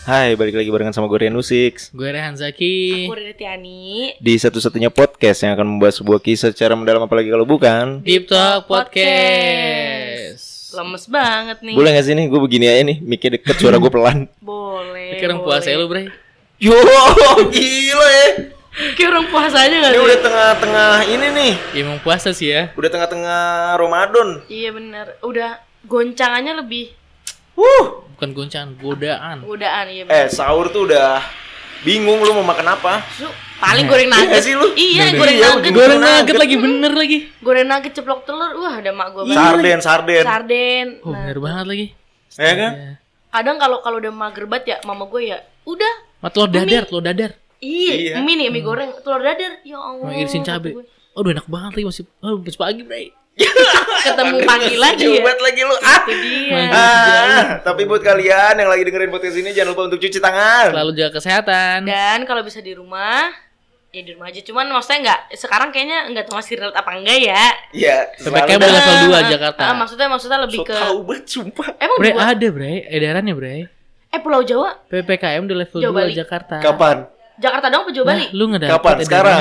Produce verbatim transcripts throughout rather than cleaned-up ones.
Hai, balik lagi barengan sama gue Rian Usix. Gue Rehan Zaki. Aku Rina Tiani. Di satu-satunya podcast yang akan membahas sebuah kisah secara mendalam, apalagi kalau bukan Deep Talk Podcast. Lemes banget nih. Boleh gak sih nih, gue begini aja nih, mic-nya deket, suara gue pelan. Boleh. Kayak orang puasa lu, Bray. Yo, gila ya. Kayak orang puasa aja gak Ini sih? udah tengah-tengah ini nih. Ya, emang puasa sih ya. Udah tengah-tengah Ramadan. Iya benar. Udah goncangannya lebih Wuh. Bukan goncangan, godaan. godaan iya Eh, benar. sahur tuh udah bingung lu mau makan apa. Su, paling goreng Iya nugget sih lu? Iya, Iya, goreng iya, nugget. Goreng nugget. nugget lagi bener lagi. Goreng nugget ceplok telur. Wah, ada mak gue banget. Sarden, sarden. Sarden. Oh, Nah, bener banget lagi. Ya kan? Ya. kadang kalau kalau udah mager banget ya mama gue ya, udah. Mat telur dadar, telur dadar. Iya, Iya. mie nih, mie goreng, telur dadar. Ya Allah. Mau irisin kata cabai. gue. Oh, udah enak banget lagi masih. Oh, masih pagi, Bray. Ketemu pagi lagi ya. Coba lagi lu. Ah. Itu dia. Ah, tapi buat kalian yang lagi dengerin podcast ini jangan lupa untuk cuci tangan. Selalu jaga kesehatan. Dan kalau bisa di rumah, ya di rumah aja. Cuman maksudnya nggak, sekarang kayaknya nggak tahu masih relate apa enggak ya. Iya, P P K M udah level dua Jakarta. Ah, maksudnya maksudnya lebih so ke tahu banget sumpah. emang Bray, buat, ada, Bray. Edarannya, Bray. eh Pulau Jawa, P P K M udah level Jawa dua Bali. Jakarta. Kapan? Jakarta dong, apa Jawa Nah, Bali? lu ngedapet Kapan? edarannya. Sekarang?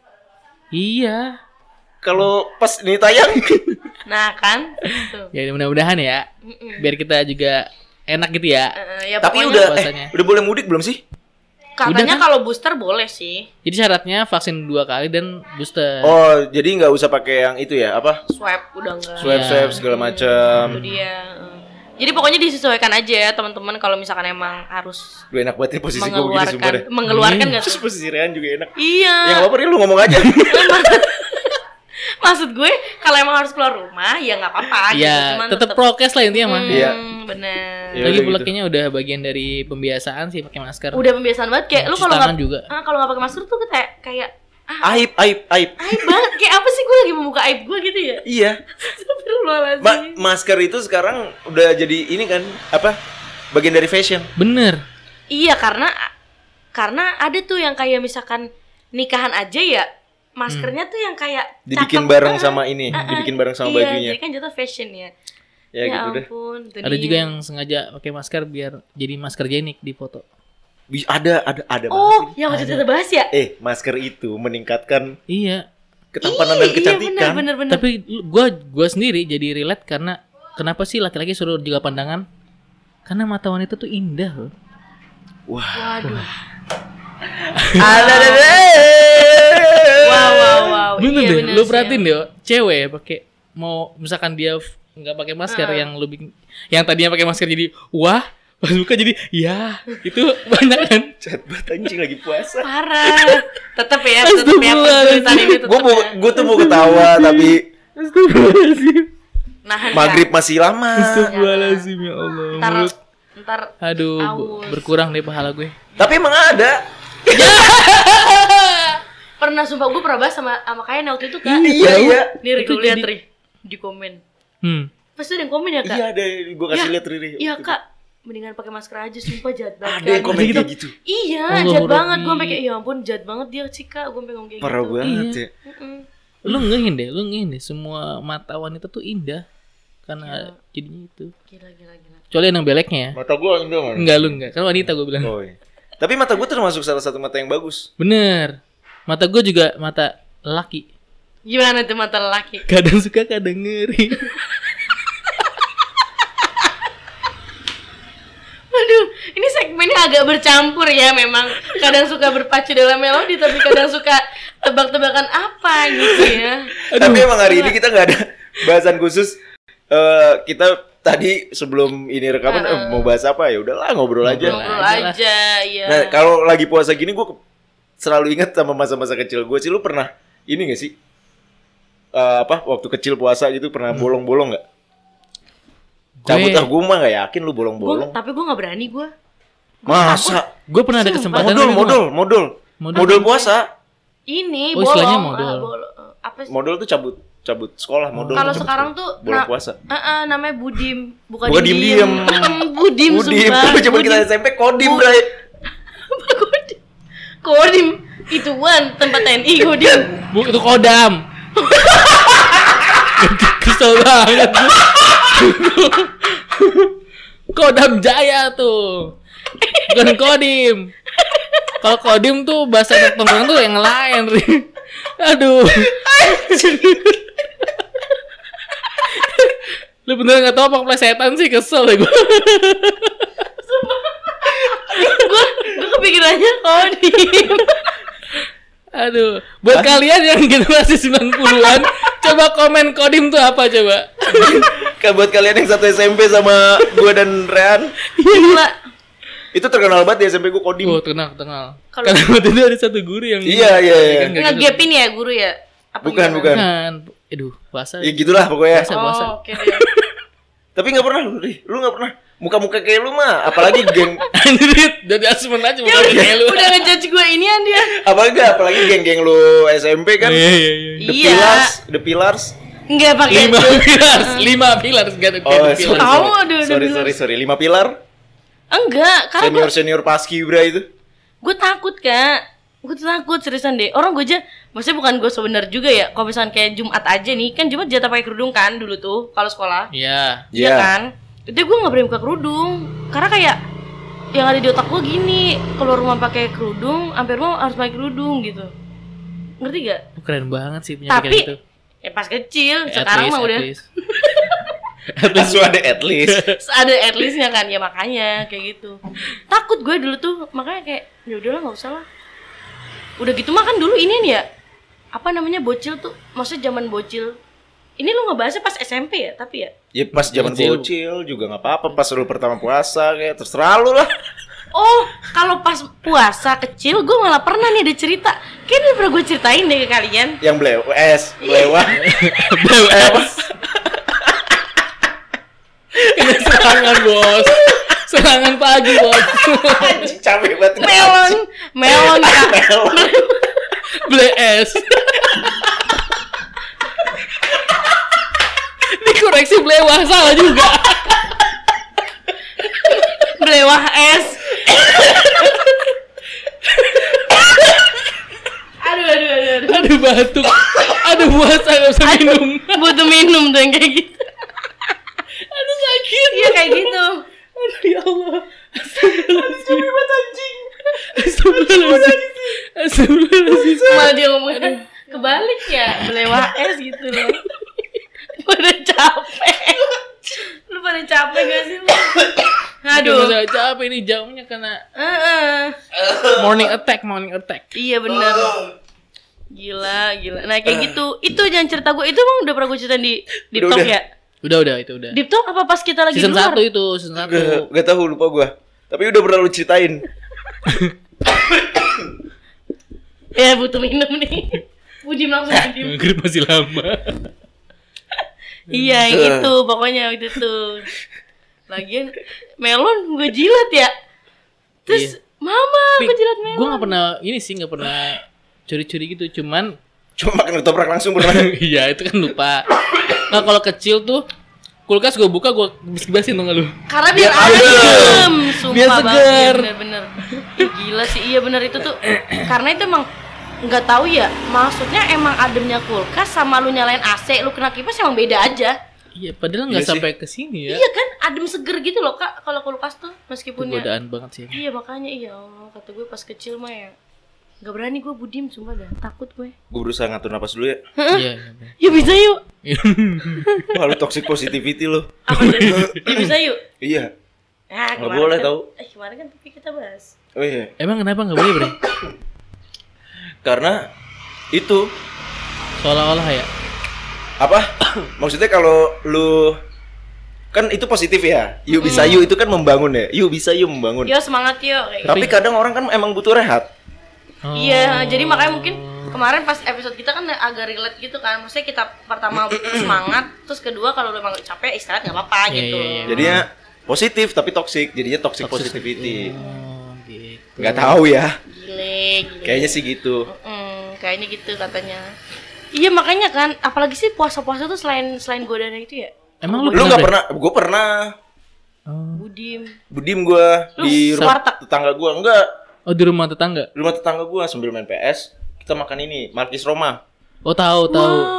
Iya. Kalau pas ini tayang. Nah kan, tuh. Ya mudah-mudahan ya. Mm-mm. Biar kita juga enak gitu ya. Eh, ya Tapi pokoknya udah puasanya. eh, udah boleh mudik belum sih? katanya udah kan? kalau booster boleh sih, Jadi syaratnya vaksin dua kali dan booster. Oh, jadi nggak usah pakai yang itu ya, apa? swab udah enggak. Swab Iya. swab segala Itu macam. dia. eh. Jadi pokoknya disesuaikan aja ya teman-teman kalau misalkan emang harus Gue enak banget nih posisi gue begini sumpah mengeluarkan deh. mengeluarkan Iya. nggak Terus sih? posisi Rehan juga enak. Iya. Ya nggak apa-apa, Ri, lu ngomong aja. Maksud gue kalau emang harus keluar rumah ya nggak apa-apa gitu. Ya, Cuman tetap prokes lah intinya mah. Hmm, Iya. benar. Ya Lagi udah pula gitu. kayaknya udah bagian dari pembiasaan sih pakai masker. Udah pembiasaan banget kayak lu Cuci kalau tangan nggak juga. ah, kalau nggak pakai masker tuh kayak kayak Aib, aib, aib. aib banget, kayak apa sih gue lagi membuka aib gue gitu ya. Iya. Astagfirullahaladzim. Ma- masker itu sekarang udah jadi ini kan apa? Bagian dari fashion. Bener. Iya, karena karena ada tuh yang kayak misalkan nikahan aja ya maskernya tuh yang kayak Dibikin cakep. bareng Ah, sama ini, ah, ah. dibikin bareng sama Iya, bajunya. jadi kan jatuh fashion ya. Ya, gitu deh. ampun, itu Ada dia. juga yang sengaja pakai masker biar jadi masker jenik di foto. Bi- Ada, ada, ada banget Oh, ini. yang waktu kita bahas ya? Eh, masker itu meningkatkan Iya. ketampanan dan kecantikan. Iya, benar, benar. Tapi lu- gua gua sendiri jadi relate karena kenapa sih laki-laki suruh jaga pandangan? Karena mata wanita tuh indah loh. Wah. Waduh. Ada, ada, ada. Wow, wow, wow. Bener Iya, deh, bener lu sih, perhatiin emang. deh, cewek pakai mau misalkan dia f- nggak pakai masker Ah. yang lebih yang tadinya pakai masker jadi wah, pas buka jadi ya, itu banyak kan. Cat banget anjing lagi puasa. Parah. Tetap ya, tetap ya Astagfirullahaladzim. perjulitan ini tetap. Gue mau, ya. gue tuh mau ketawa tapi Astagfirullahaladzim. Nahan maghrib masih lama. Astagfirullahaladzim ya Allah. Ntar, Menurut, ntar aduh, Aus. bu- berkurang deh pahala gue. Tapi emang ada. pernah sumpah gue pernah bahas sama sama Kayan waktu itu kan. Iya, iya. Nih, Ri, Itu lu lihat jadi- Ri di komen. Hmm. Pasti ada yang komen ya, Kak? Iya ada, gue kasih Ya, lihat Riri. Iya, Kak. Mendingan pakai masker aja, sumpah jahat banget. Ada yang Kak. komen Gitu. kayak gitu. Iya, Allah jahat Rabbi. banget. Gue sampai kayak ya ampun, jahat banget dia sih, Kak. Gue pengen ngomong kayak Parah gitu. banget Iya. ya. Mm-mm. Lu ngehin deh, lu ngehin deh. Semua mata wanita tuh indah karena jadinya itu. Gila, gila, gila. Kecuali yang beleknya ya. Mata gue enggak man. Enggak, lu enggak. Kan wanita gue bilang. Oh, iya. Tapi mata gue termasuk salah satu mata yang bagus. Bener. Mata gue juga mata laki. Gimana tuh mata lelaki? Kadang suka, kadang ngeri. Aduh, ini segmennya agak bercampur ya memang. Kadang suka berpacu dalam melodi, tapi kadang suka tebak-tebakan apa gitu ya. Tapi emang hari ini kita nggak ada bahasan khusus. Eh, kita tadi sebelum ini rekaman eh, mau bahas apa ya? Udahlah ngobrol aja. Ngobrol. Ngobrol aja lah. aja, ya. Nah kalau lagi puasa gini gue ke- selalu ingat sama masa-masa kecil gue sih. Lu pernah ini gak sih? Eh, apa waktu kecil puasa gitu pernah bolong-bolong nggak? Cabut Gue- ah gue mah nggak yakin lu Gua, bolong-bolong. tapi gue nggak berani gue. Masa? Gue pernah ada kesempatan. Modul, tapi gua modul, modul, Modul. modul puasa. Ini Oh, bolong. istilahnya modal. ah, bol- eh, apa sih? Modul tuh cabut, cabut sekolah. Modul. Kalau tuh cabut sekarang sekolah. tuh bolong na- puasa. Eh, eh, namanya budim, bukan Bukan diem-diem. budim, Udim, sumpah. tapi coba kita S M P kodim, Bud- Bray. Kodim. Kodim. Ituan tempat T N I Kodim. Bu, itu kodam. Kesel banget. Kodam Jaya tuh. Bukan kodim. Kalau kodim tuh bahasa anak tongkrong tuh yang lain, Ri. Aduh. Lu bener gak tau apa keplesetan sih, kesel deh gue. Gue gue kepikirannya kodim. Aduh, buat Hah? kalian yang generasi sembilan puluhan, coba komen kodim tuh apa coba? Kayak buat kalian yang satu S M P sama gua dan Rehan. Gila. Itu terkenal banget di S M P gua kodim. Oh, terkenal, terkenal. Karena waktu itu ada satu guru yang Iya, iya, iya. Ngegapin ya guru ya? Apa bukan, bukan. Bukan. Aduh, puasa. Ya gitulah pokoknya. Puasa, puasa. Oh, oke deh. Tapi enggak pernah lu, Lu enggak pernah. Muka-muka kayak lu mah, apalagi geng Anjir, dari asmen aja muka kayak lu. Udah ngejudge gue inian dia. Apa enggak, apalagi geng-geng lu S M P kan. Oh, iya, iya, iya. The iya. Pillars, The Pillars. Enggak pakai lima pilar, lima pilar enggak ada oh, pilar. Sorry, Tahu, sorry. aduh, sorry, aduh, sorry, sorry, lima pilar. Enggak, karena Senior senior paskibra itu. Gue takut, Kak. Gue takut seriusan deh. Orang gue aja, maksudnya bukan gue sebenar juga ya. Kalau misalnya kayak Jumat aja nih, kan Jumat jatah pakai kerudung kan dulu tuh kalau sekolah. Iya. Iya yeah. kan? Itu gue nggak berani buka kerudung karena kayak yang ada di otak gue gini, keluar rumah pakai kerudung, hampir rumah harus pakai kerudung gitu. Ngerti gak? Keren banget sih punya Tapi itu. eh pas kecil, At sekarang least, mah udah At least ada at least. ada at leastnya kan, ya makanya kayak gitu. Takut gue dulu tuh, makanya kayak ya udahlah nggak usah lah. Udah gitu mah kan dulu ini nih ya, apa namanya bocil tuh, maksudnya zaman bocil. Ini lu ngebahasnya pas S M P ya, tapi ya? Ya pas zaman Bocil. bocil juga nggak apa-apa. Pas lu pertama puasa kayak terserah lu lah. Oh, kalau pas puasa kecil gue malah pernah nih ada cerita. Kayaknya udah pernah gue ceritain deh ke kalian. Yang blewes, blewah. Blewes. Kena serangan, Bos. Serangan pagi, Bos. Anjing capek banget. Melon, melon Kak. Melon. Blees. Dikoreksi blewah, salah juga. Blewah es. aduh, aduh, aduh, aduh. Aduh batuk. Aduh puasa gak bisa minum. Butuh minum tuh yang kayak gitu. Aduh sakit. Iya kayak gitu. Aduh ya Allah. Astagfirullahaladzim. Astagfirullahaladzim. Astagfirullahaladzim. Malah dia ngomong aduh, kebalik ya, belewah es gitu loh. Pada capek. Lu pada capek gak sih lu? Aduh. Aduh capek ini jamnya kena uh-uh. morning attack, morning attack. Iya benar. Gila, gila. Nah kayak gitu. Itu jangan cerita gue. Itu emang udah pernah gue ceritain di di Udah, talk udah. ya? Udah udah itu udah. Deep Talk apa pas kita lagi Season di luar? satu itu, season satu. Gak, gak tahu lupa gua. Tapi udah pernah lu ceritain. Ya butuh minum nih. Bujim langsung bujim. Grip masih lama. Iya yang itu pokoknya itu tuh. Lagian melon gue jilat ya. Terus Iya. mama gue jilat melon. Gue gak pernah ini sih gak pernah curi-curi gitu, cuman Cuma makan ketoprak langsung pernah. iya itu kan lupa. Nah kalau kecil tuh kulkas gue buka gue beres-beresin tuh gak lu? Karena biar Biar adem. adem. Sumpah Biar banget, seger. iya, bener-bener. Ih, gila sih, iya bener itu tuh. Karena itu emang nggak tahu ya. Maksudnya emang ademnya kulkas sama lu nyalain A C, lu kena kipas emang beda aja. Iya padahal gak Iya sih. sampai ke sini ya. Iya kan, adem seger gitu loh kak. Kalau kulkas tuh meskipun ya. Godaan banget sih. Iya makanya iya Allah, kata gue pas kecil mah ya. Gak berani gue budim, sumpah dah. Takut gue. Gue berusaha ngatur napas dulu ya. Iya. Yuk bisa yuk. Wah lu toxic positivity lu. Apa tuh? Yuk bisa yuk. Iya. Nah, Nggak kemarin boleh kan- tahu. Eh kemarin kan tapi kita bahas. Oh iya. Emang kenapa gak boleh bre? Karena itu Seolah-olah ya. apa? Maksudnya kalau lu kan itu positif ya. Yuk bisa yuk itu kan membangun ya. Yuk bisa yuk membangun. Yo semangat yuk. Kayak Tapi kadang orang kan emang butuh rehat. Oh. Iya, jadi makanya mungkin kemarin pas episode kita kan agak relate gitu kan. Maksudnya kita pertama semangat, terus kedua kalau lu emang capek istirahat nggak apa-apa Iya, gitu. iya, iya. Jadinya positif tapi toxic. Jadinya toxic, Toxic. positivity. Oh, gitu. Nggak tahu ya. Gile, gile. Kayaknya sih gitu. Mm, kayaknya gitu katanya. Iya makanya kan, apalagi sih puasa-puasa tuh selain selain godaan itu ya. Emang lu Lu nggak Bre? pernah? Gue pernah. Oh. Budim. Budim gue Lu di rumah warteg? tetangga gue enggak. Oh di rumah tetangga? Di rumah tetangga gue sambil main P S kita makan ini Markis Roma. Oh tahu tahu. Wow.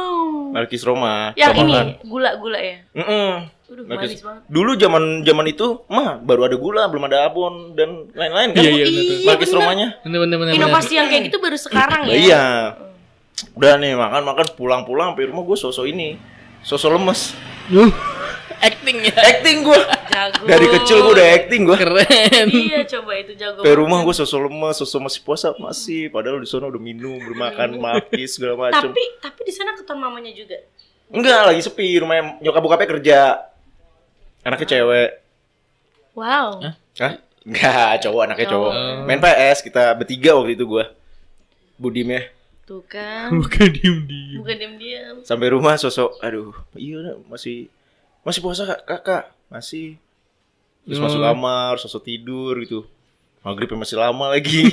Markis Roma. Yang ini Campuran. gula-gula ya. Mm-mm. Aduh, Markis. manis banget. Dulu zaman zaman itu mah baru ada gula, belum ada abon dan lain-lain kan. Iya, iya, bener. Iya, Markis bener. Romanya. Bener bener bener. Inovasi yang kayak gitu baru sekarang ya. Iya. Udah nih makan-makan pulang-pulang sampai rumah gue sosok ini. Sosok lemes. bener. Acting ya. Acting gue. Jago. Dari kecil gue udah acting gue. Keren. Iya, coba itu jago. Sampai banget. rumah gue sosok lemes, sosok masih puasa masih. Padahal di sana udah minum, bermakan, markis segala macem. Tapi tapi di sana ketemu mamanya juga. Enggak, lagi sepi rumahnya. Nyokap bokapnya kerja. Anaknya cewek. Wow. Hah? Hah? Enggak, cowok anaknya cowok. Oh. Main P S kita bertiga waktu itu gua. Budimnya Tuh kan. Bukan diem diem. Bukan diam-diam. sampai rumah sosok aduh, iya masih masih puasa Kak, Kakak. Masih. Terus Oh. masuk kamar, sosok tidur gitu. Maghribnya masih lama lagi.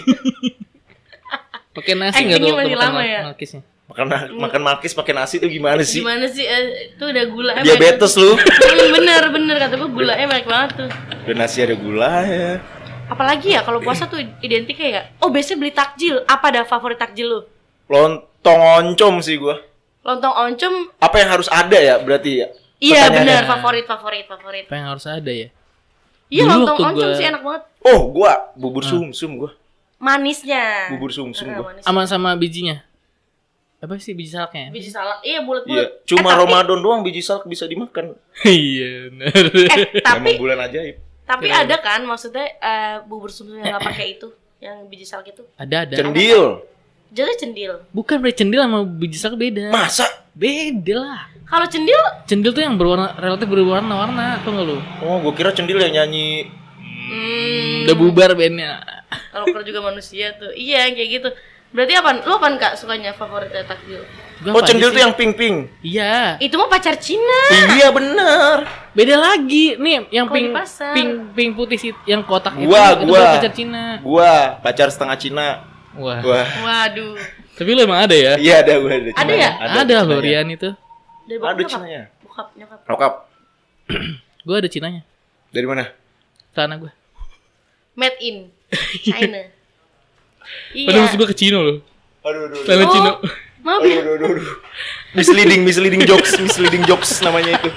Pakai nasi Actingnya nggak tuh? waktu masih makan lama ma- ya? Markisnya? makan makan markis pakai nasi tuh gimana sih? Gimana sih? Eh, itu udah gula. Diabetes lu. bener bener kata gue gulanya banyak banget tuh. Dan nasi ada gula ya. Apalagi ya kalau puasa tuh identiknya ya. Oh biasanya beli takjil. Apa dah favorit takjil lu? Lontong oncom sih gua. Lontong oncom. Apa yang harus ada ya berarti ya? Iya Pertanyaannya. benar favorit favorit favorit. Apa yang harus ada ya? Iya Dulu lontong waktu oncom gua- sih enak banget. Oh, gua bubur sumsum gua. Manisnya. Bubur sumsum Ah, gua. manis. Sama sama bijinya. Apa sih biji salaknya? Biji salak. Iya bulat-bulat. Iya, cuma eh, tapi, Ramadan doang biji salak bisa dimakan. Iya, benar. Eh, tapi Emang bulan ajaib. tapi ada kan maksudnya eh, bubur sumsum yang nggak pakai itu, yang biji salak itu. Ada ada. Cendil. Jadi cendil. Bukan bre cendil sama biji salak beda. Masa? Beda lah. Kalau cendil Cendil tuh yang berwarna relatif berwarna-warna, tau nggak lu? Oh, gua kira cendil yang nyanyi. hmm, Udah bubar bandnya. kalau kalau juga manusia tuh. Iya kayak gitu. Berarti apa? Lu apaan Kak sukanya favoritnya takjil? Gua Oh, apa cendil aja tuh sih? yang pink-pink. Iya. Itu mah pacar Cina. Iya, bener. Beda lagi. Nih, yang Kalau di pink pasar. pink pink putih sih, yang kotak itu, Gua, itu gua. baru pacar Cina. Gua pacar setengah Cina. Wah. Wah. Waduh. Tapi lu emang ada ya? Iya, ada gua ada. Ada Cinanya. ya? Ada, Cinanya. loh Rian itu. Dari Ada nyokap? Cinanya. Bokap, nyokap. Rokap. Gua ada Cinanya. Dari mana? Tanah gua. Made in China. Iya. Padahal maksud gua ke Cino loh. Aduh, aduh, aduh. Tanah Oh, Cino. maaf Aduh, ya. aduh, aduh, aduh. Misleading, misleading jokes, misleading jokes namanya itu.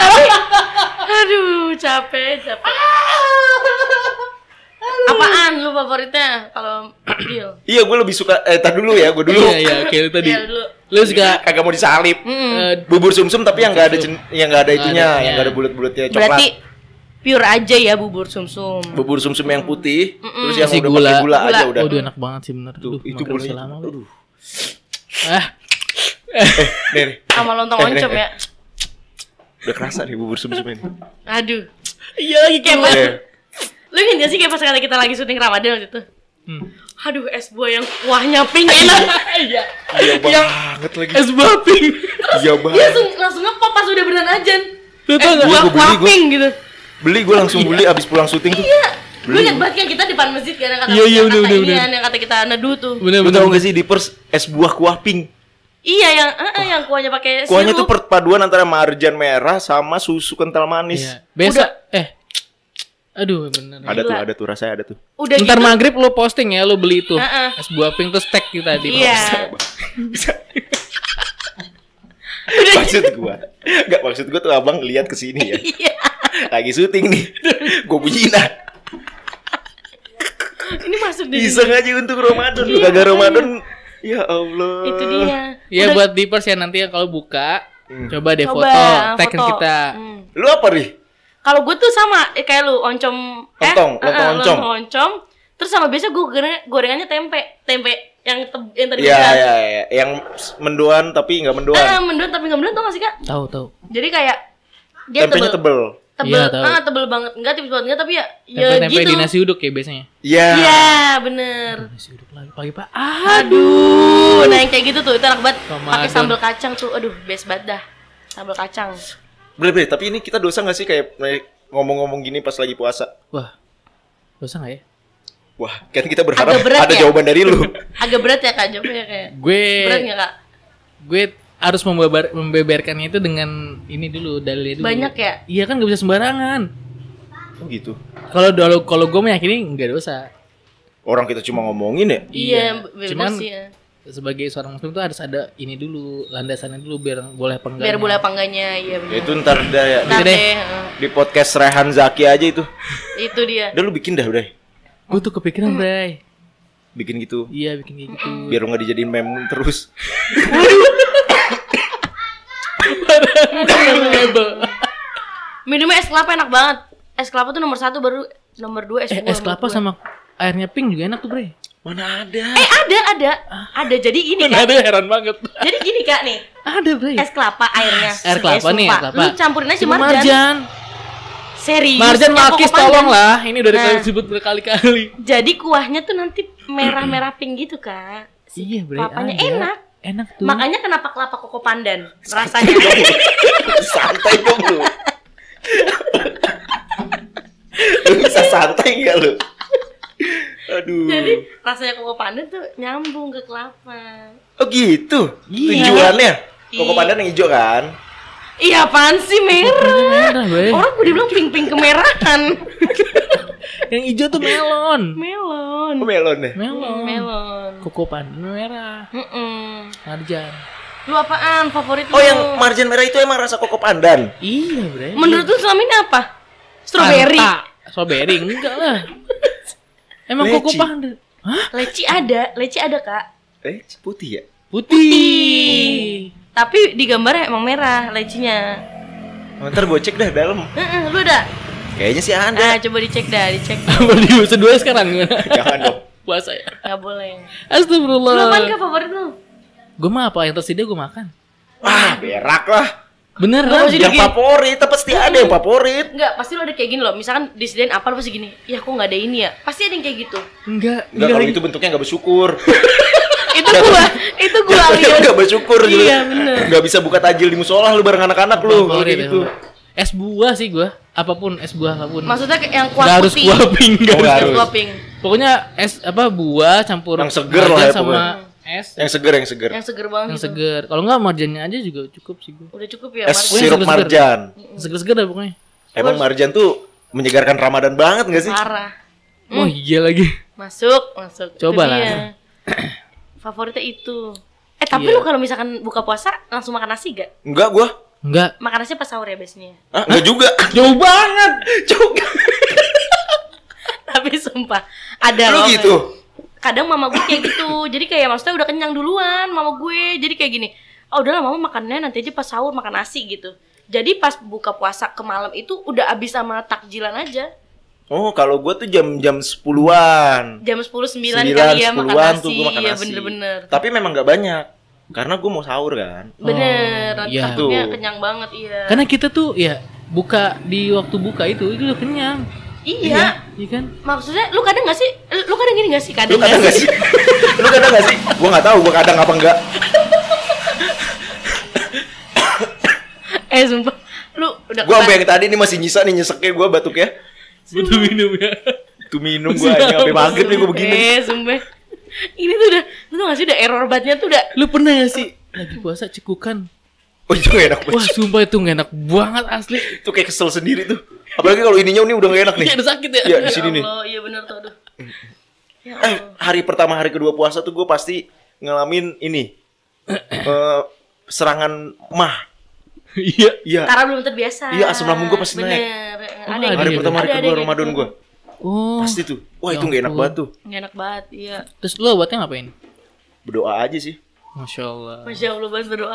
Aduh, capek, capek. Apaan lu favoritnya kalau takjil? Iya, gue lebih suka eh tar dulu ya, gue dulu. Iya, iya, kayak lu tadi. Iya, dulu. Lu suka Kagak mau disalip. eh, Bubur sumsum tapi yang enggak ada Sumsum. cen- yang enggak ada itunya, Nggak ada yang enggak ada itunya. bulat-bulatnya coklat. Berarti pure aja ya bubur sumsum. Bubur sumsum yang putih, terus yang Kasih udah gula. pakai gula, aja Gula. udah. Oh, udah enak banget sih bener. Tuh, Duh, itu makan gulanya. selama, Aduh. Ah, Nih, nih, Sama lontong Eh, eh, oncom eh. ya. udah kerasa nih bubur sumsum ini. Aduh. iya lagi Kayak pas, Iya. lu ingat gak sih kayak pas kali kita lagi syuting Ramadan waktu itu? Hmm. Aduh, es buah yang kuahnya pink enak. Iya. Iya banget lagi. Es buah pink. Iya Dia banget. langsung langsung ngepop pas udah beneran ajan. Lu Es tau gak? buah Gua beli, kuah gua. pink gitu. Beli gue langsung beli abis pulang syuting tuh. Iya. Gue Beli. ingat banget kan kita depan masjid kan yang kata Iya, iya, yang bener, kata bener, ini bener. kan, yang kata kita neduh tuh. Bener Lu bener. tau gak sih di pers es buah kuah pink? Iya yang eh, eh, yang kuahnya pakai sirup. Kuahnya tuh perpaduan antara marjan merah sama susu kental manis. Iya. Besok eh aduh bener. Ada tuh, Gila. ada tuh rasanya ada tuh. Udah Ntar gitu. maghrib lu posting ya, lu beli itu. Heeh. Es buah pink terus tag kita di Iya. Bisa. Maksud gua, enggak maksud gua tuh abang lihat ke sini ya. Iya. Lagi syuting nih. Gua bunyiin ah. Ini masuk di Iseng aja untuk Ramadan. Lu Iya, kagak makanya. Ramadan. Ya Allah. Itu dia. Iya Udah- buat Deepers ya nanti ya kalau buka Hmm. coba deh coba foto tag foto. kita. Hmm. Lu apa nih? Kalau gue tuh sama eh, kayak lu oncom eh Lontong, eh, lontong eh, oncom. lontong oncom. Terus sama biasa gue goreng, gorengannya tempe, tempe yang te- yang tadi Iya, bilang. iya, iya. Yang mendoan tapi enggak mendoan. Ah, mendoan tapi nggak mendoan tau gak sih kak? Tahu tahu. Jadi kayak dia Tempenya tebel, tebel. tebel, Iya, tahu. ah tebel banget, enggak tipis banget enggak tapi ya, ya Tempe-tempe gitu. di nasi uduk ya biasanya. Iya. Iya bener. Nasi uduk lagi pagi Pak. Ah, Aduh, nah yang kayak gitu tuh itu enak banget. Ramadan. Pakai sambal kacang tuh, aduh best banget dah. Sambal kacang. Boleh, boleh. Tapi ini kita dosa nggak sih kayak ngomong-ngomong gini pas lagi puasa? wah. Dosa enggak ya? Wah, kan kita berharap Agak berat ada ya? jawaban dari lu. Agak berat ya kak jawabnya kayak. Gue Berat nggak kak? gue harus membebar, membeberkannya itu dengan ini dulu dalilnya dulu. Banyak ya? Iya kan nggak bisa sembarangan. Oh gitu. Kalau kalau kalau gue meyakini nggak dosa. Orang kita cuma ngomongin ya. Iya, bener Cuman sih ya. sebagai seorang muslim tuh harus ada ini dulu, landasannya dulu biar boleh apa enggaknya. Biar boleh apa enggaknya, iya benar. Ya itu ntar dah ya. Ntar Gitu deh. deh, heeh. Di podcast Rehan Zaki aja itu. Itu dia. Udah lu bikin dah udah. Gue tuh kepikiran, Bray. Bikin gitu. Iya, bikin kayak gitu. Biar lu gak dijadiin meme terus. Minumnya es kelapa enak banget. Es kelapa tuh nomor satu, baru nomor dua es Eh, buah. es kelapa sama airnya pink juga enak tuh, Bray. Mana ada? Eh ada ada ada jadi ini Mana kan. ada, heran banget. Jadi gini kak nih, Ada, Bray. es kelapa airnya. Air kelapa Eh, nih, sumpah. air kelapa. Lu campurin aja Cuma marjan. marjan. Serius. Marjan yang Malkis Koko tolong Pandan. lah. Ini udah Nah. disebut berkali-kali. Jadi kuahnya tuh nanti merah-merah pink gitu kak. Si Iya, Bray. kelapanya ada. enak. Enak tuh. Makanya kenapa kelapa koko pandan rasanya. Santai dong lu. Lu bisa santai gak lu? Aduh. Jadi rasanya koko pandan tuh nyambung ke kelapa. Oh gitu? Iya. Tujuannya? Koko Iya. pandan yang hijau kan? Iya apaan sih merah? Merah, Bray. Orang gue dibilang pink-pink kemerahan. Yang hijau tuh melon. Melon. Oh melon ya? Melon. Melon. Koko pandan merah. Mm-mm. Marjan. Lu apaan favorit lu? Oh yang marjan merah itu emang rasa koko pandan? Iya, Bray. Menurut lu selama ini apa? Strawberry. Anta. Strawberry enggak lah. Emang Leci. koko pandan. Hah? Leci ada, leci ada kak. Eh putih ya? Putih. Tapi di gambarnya emang merah lecinya. Oh, ntar gue cek dah dalam. Heeh, lu udah. Kayaknya sih ada. Ah, coba dicek dah, dicek. Apa di dua sekarang gimana? Jangan dong. Puasa ya. Enggak boleh. Astagfirullah. Lu apaan kak favorit lu? Gue mah apa yang tersedia gue makan. Wah berak lah. Bener Gua lah. masih Yang gini. favorit, pasti ada yang favorit. Enggak, pasti lu ada kayak gini loh. Misalkan disediain apa lu pasti gini. Ya kok enggak ada ini ya? Pasti ada yang kayak gitu. Enggak. Enggak kalau itu bentuknya nggak bersyukur. Itu gua, itu gua alias. Enggak bersyukur gitu. Iya, bener. Enggak bisa buka tajil di musola lu bareng anak-anak lu. Kalau Favorit kayak ya, gitu. favorit. Es buah sih gue. Apapun es buah apapun. Maksudnya kayak yang kuah Nggak harus putih. kuah pink. nggak Oh, harus. nggak Yang harus. kuah pink. Pokoknya es apa buah campur Yang seger lah marjan ya, sama pokoknya. es Yang seger, yang seger. Yang seger banget yang gitu. seger. Kalau enggak marjannya aja juga cukup sih gue. Udah cukup ya, Es Marjan? Pokoknya sirup seger-seger. marjan. Seger-seger dah pokoknya. Emang marjan tuh menyegarkan Ramadan banget nggak sih? Parah. Oh iya lagi. Masuk, masuk. Itu Coba lah. dia. Favoritnya itu. Eh, tapi Iya. lu kalau misalkan buka puasa langsung makan nasi gak? Enggak gua. Enggak. Makan nasi pas sahur ya biasanya. Ah, enggak juga. Jauh banget. Juga. Tapi sumpah ada Lu loh. gitu. Kadang mama gue kayak gitu. Jadi kayak maksudnya udah kenyang duluan mama gue. Jadi kayak gini. Oh udahlah mama makannya nanti aja pas sahur makan nasi gitu. Jadi pas buka puasa ke malam itu udah abis sama takjilan aja. Oh, kalau gua tuh jam-jam sepuluhan. Jam sepuluh sembilan Sembilan, kali ya makan sepuluhan nasi. tuh gua makan Iya nasi. bener-bener. Tapi memang nggak banyak. Karena gua mau sahur kan. Bener. Oh, Nanti iya. takutnya Tuh. kenyang banget iya. Karena kita tuh ya buka di waktu buka itu itu udah kenyang. Iya. Iya kan? Maksudnya lu kadang gak sih? Lu kadang gini gak sih? Kadang, Lu kadang nggak sih? Lu kadang nggak sih? Gua nggak tahu gua kadang apa enggak. Eh sumpah. Lu udah Gua sampai ketan- yang tadi ini masih nyisa nih nyeseknya gua batuknya. Butuh minum ya. Tuh minum gua ini sampai maghrib nih gua begini. Eh sumpah. Ini tuh udah, lu tau gak sih udah error bangetnya tuh udah. Lu pernah gak sih lagi puasa cekukan? Oh, itu gak enak Wah, banget. sumpah itu gak enak banget asli. Itu kayak kesel sendiri tuh. Apalagi kalau ininya ini udah gak enak nih. Iya, udah sakit ya. Iya, di sini nih. Allah, iya bener tuh aduh. Ya Eh, hari pertama hari kedua puasa tuh gue pasti ngalamin ini eh serangan mah. Iya. Iya. Karena belum terbiasa. Iya, asam lambung gua pasti Bener. naik. Ada Oh, yang Hari iya, pertama hari ada- ada kedua yang Ramadan gitu. gue Oh. pasti tuh. Wah, itu Ya gak enak ampun. banget tuh. Nggak enak banget, iya. Terus lu buatnya ngapain? Berdoa aja sih. Masya Allah. Masya Allah banget berdoa.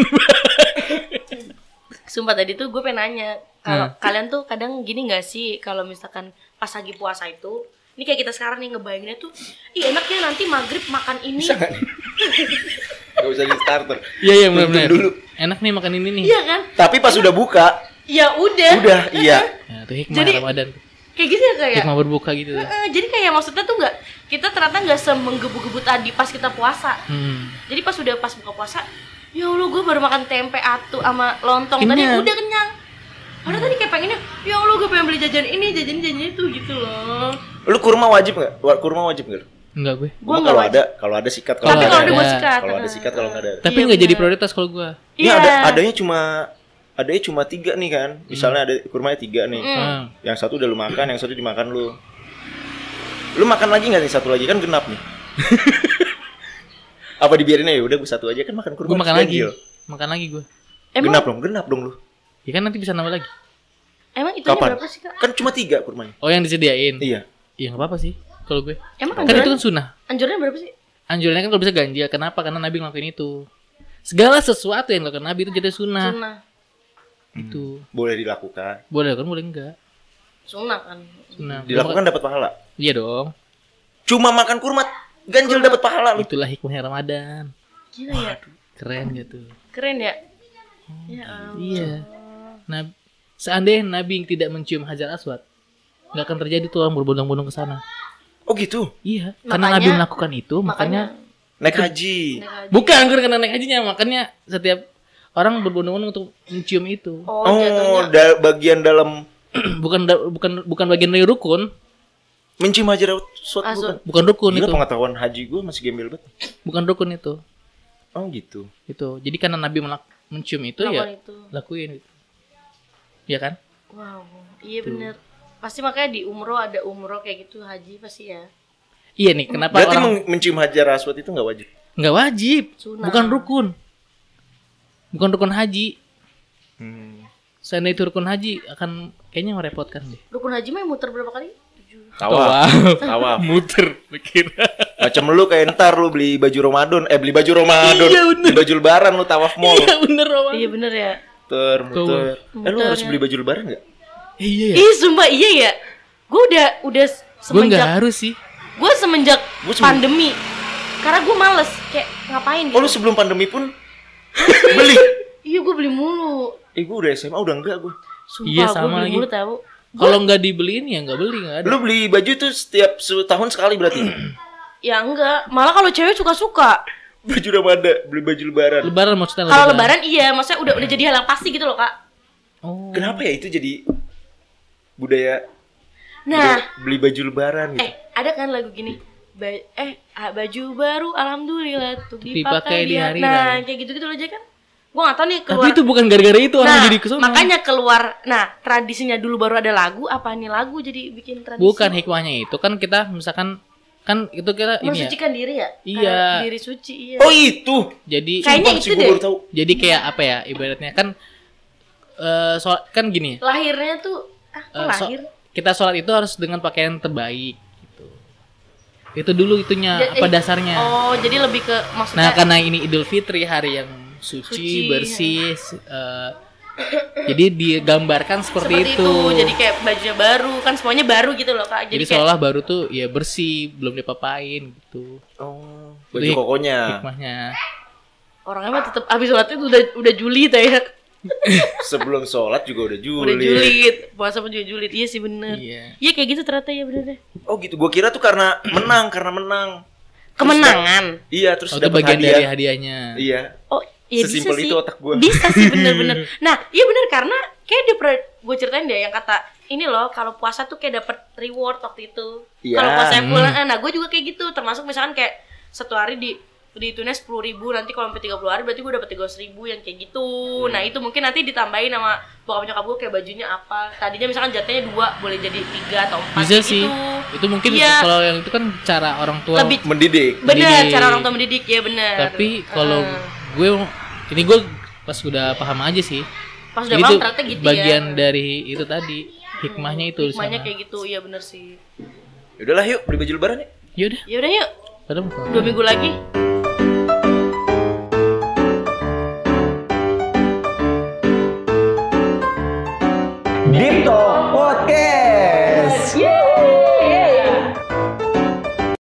Sumpah tadi tuh gue pengen nanya, kalau Hmm. kalian tuh kadang gini gak sih kalau misalkan pas lagi puasa itu, ini kayak kita sekarang nih ngebayanginnya tuh, ih enak ya nanti maghrib makan ini. Bisa gak nih? Gak usah di starter. Iya, iya benar-benar. Dulu. Enak nih makan ini nih. Iya kan? Tapi pas udah buka, Ya udah. udah, iya. Ya, itu hikmah Jadi- Ramadan. Kayak gitu ya kayak. Hikmah berbuka gitu. tuh. Heeh, jadi kayak maksudnya tuh nggak, kita ternyata nggak semenggebu-gebu tadi pas kita puasa. Hmm. Jadi pas udah pas buka puasa, ya Allah gue baru makan tempe atu sama lontong tadi Kenyang. udah kenyang. Padahal tadi kayak pengennya, ya Allah gue pengen beli jajan ini, jajan jajan itu gitu loh. Lu kurma wajib gak? Wa- Kurma wajib gak? Enggak gue. Gue Gua nggak kalau wajib. ada, kalau ada sikat. Tapi Kalau kalau ada ada. gue sikat. Kalau ada sikat, kalau nggak ada. Tapi Iya, nggak jadi bener. prioritas kalau gue. Ini Iya. ada adanya cuma adanya cuma tiga nih kan. Misalnya ada kurmanya tiga nih. Mm. Hmm. Yang satu udah lu makan, yang satu dimakan lu. Lu makan lagi nggak nih satu lagi kan genap nih. Apa dibiarin aja? Udah gue satu aja kan makan kurma. Gue makan lagi. ganjil. Makan lagi gue. Emang Genap dong, genap dong lu. Ya kan nanti bisa nambah lagi. emang itu Kapan? berapa sih, Kak? Kan cuma tiga kurmanya. Oh, yang disediain. Iya. Iya, enggak apa-apa sih kalau gue. Emang Kan itu anjuran, kan sunnah. anjurannya berapa sih? Anjurannya kan kalau bisa ganjil. Kenapa? Karena Nabi ngelakuin itu. Segala sesuatu yang dilakukan Nabi itu jadi sunnah. Sunnah. Itu. Boleh dilakukan. Boleh kan, boleh enggak. Sunnah kan. Sunnah. Dilakukan dapat pahala. Iya dong. Cuma makan kurma ganjil dapat pahala lu. Itulah hikmahnya Ramadan. Gila ya. Keren gitu. Keren ya. Ya ampun. Iya. Nah, seandainya Nabi yang tidak mencium Hajar Aswad, nggak akan terjadi tuh orang berbondong-bondong ke sana. Oh gitu. Iya. Karena Makanya- Nabi melakukan itu, makanya, Naik haji. Naik haji. bukan karena naik hajinya, makanya setiap orang berbondong-bondong untuk mencium itu. Oh, Oh, jatuhnya. da- bagian dalam bukan da- bukan bukan bagian dari rukun, mencium hajar aswad bukan. Aswad. bukan rukun Gila, itu. pengetahuan haji gue masih gembel banget. Bukan rukun itu. Oh gitu. Itu. Jadi karena Nabi melak- mencium itu ya Melakukan itu. lakuin itu. Iya kan? Wow. Iya bener. Pasti makanya di umroh ada umroh kayak gitu, haji pasti ya. Iya nih, kenapa Berarti orang men- mencium hajar aswad itu nggak wajib. nggak wajib, Sunnah. bukan rukun. Bukan rukun haji. Hmm. Seandainya itu rukun haji akan kayaknya merepotkan deh. Rukun haji mah muter berapa kali? Tujuh. Tawaf. Tawaf. Muter pikir. Macam lu kayak ntar lu beli baju Ramadan, eh beli baju Ramadan, Iya, bener. beli baju lebaran lu tawaf mall. Iya bener Roman. Iya bener ya. Muter, muter. Eh lu Muter, harus ya. beli baju lebaran enggak? Iya ya. Ih, sumpah iya ya. Gue udah udah Gue nggak semenjak harus sih. gue semenjak Gua sebelum- pandemi. Karena gue males kayak ngapain gitu. Oh lu sebelum pandemi pun beli? Iya, gue beli mulu. Eh gue udah S M A udah enggak gue. Sumpah, Iya, gue sama beli lagi. mulu tahu. Kalau nggak dibeliin ya nggak beli, nggak ada. Lu beli baju tuh setiap setahun sekali berarti? Ya enggak, malah kalau cewek suka-suka. Baju Ramadan, beli baju lebaran. Lebaran maksudnya. Kalau lebaran iya, maksudnya udah udah jadi hal yang pasti gitu loh, Kak. Oh. Kenapa ya itu jadi budaya Nah, budaya beli baju lebaran gitu? eh ada kan lagu gini. Ba- eh ah, baju baru alhamdulillah tuh Dipakai dipakai di di hari Nah, raya. kayak gitu-gitu aja kan. Gua enggak tahu nih keluar. Tapi itu bukan gara-gara itu orang nah, jadi kesana. makanya keluar. Nah, tradisinya dulu baru ada lagu, apa nih lagu jadi bikin tradisi? Bukan hikmahnya itu kan kita misalkan kan itu kita ini ya. mensucikan diri ya? Iya. Karena diri suci iya. Oh itu. Jadi Kayaknya Sumpah itu sih, gua deh. baru tahu. jadi kayak apa ya ibaratnya kan eh soal kan gini. Lahirnya tuh ah, kok eh, so- lahir? kita sholat itu harus dengan pakaian terbaik gitu. Itu dulu itunya Ja- apa eh, dasarnya. Oh, jadi lebih ke Nah, maksudnya karena ini Idul Fitri hari yang suci, Suci, bersih, eh, jadi digambarkan seperti, seperti itu. itu. Jadi kayak bajunya baru, kan semuanya baru gitu loh, Kak. Jadi, Jadi, kayak seolah baru tuh ya bersih, belum dipapain gitu. Oh, Itu baju hik- kokonya. Hikmahnya. orangnya mah tetap abis sholat itu udah udah julid ya. Sebelum sholat juga udah Udah julid. julid. Puasa pun juga julid. Iya sih bener. Iya. Iya kayak gitu ternyata ya bener deh. Oh gitu, gua kira tuh karena menang, karena menang. Kemenangan. Iya, terus Oh, itu dapat bagian hadiah. dari hadiahnya. Iya. Oh, iya bisa Sesimpel sih. itu otak gua. Bisa sih bener-bener. Nah, iya bener karena kayak dia pernah gue ceritain deh yang kata ini loh kalau puasa tuh kayak dapat reward waktu itu. Iya. Kalau puasa Hmm. full, nah gue juga kayak gitu. Termasuk misalkan kayak satu hari di dihitungnya sepuluh ribu, nanti kalau sampai tiga puluh hari berarti gue dapat tiga ratus ribu yang kayak gitu. Nah itu mungkin nanti ditambahin sama bokap nyokap gue kayak bajunya apa. Tadinya misalkan jatanya dua, boleh jadi tiga atau empat Bisa kayak sih. gitu. Itu mungkin Iya. kalau yang itu kan cara orang tua. Lebih Mendidik. bener Mendidik. cara orang tua mendidik ya bener. Tapi kalau Heeh. gue ini gue pas udah paham aja sih. pas udah itu paham ternyata gitu bagian ya. dari itu tadi. Hikmahnya itu di Hikmahnya sana. kayak gitu, iya bener sih. Yaudahlah yuk beli baju lebaran yuk. Yaudah, Ya udah yuk, padahal dua minggu lagi. Deep Talk.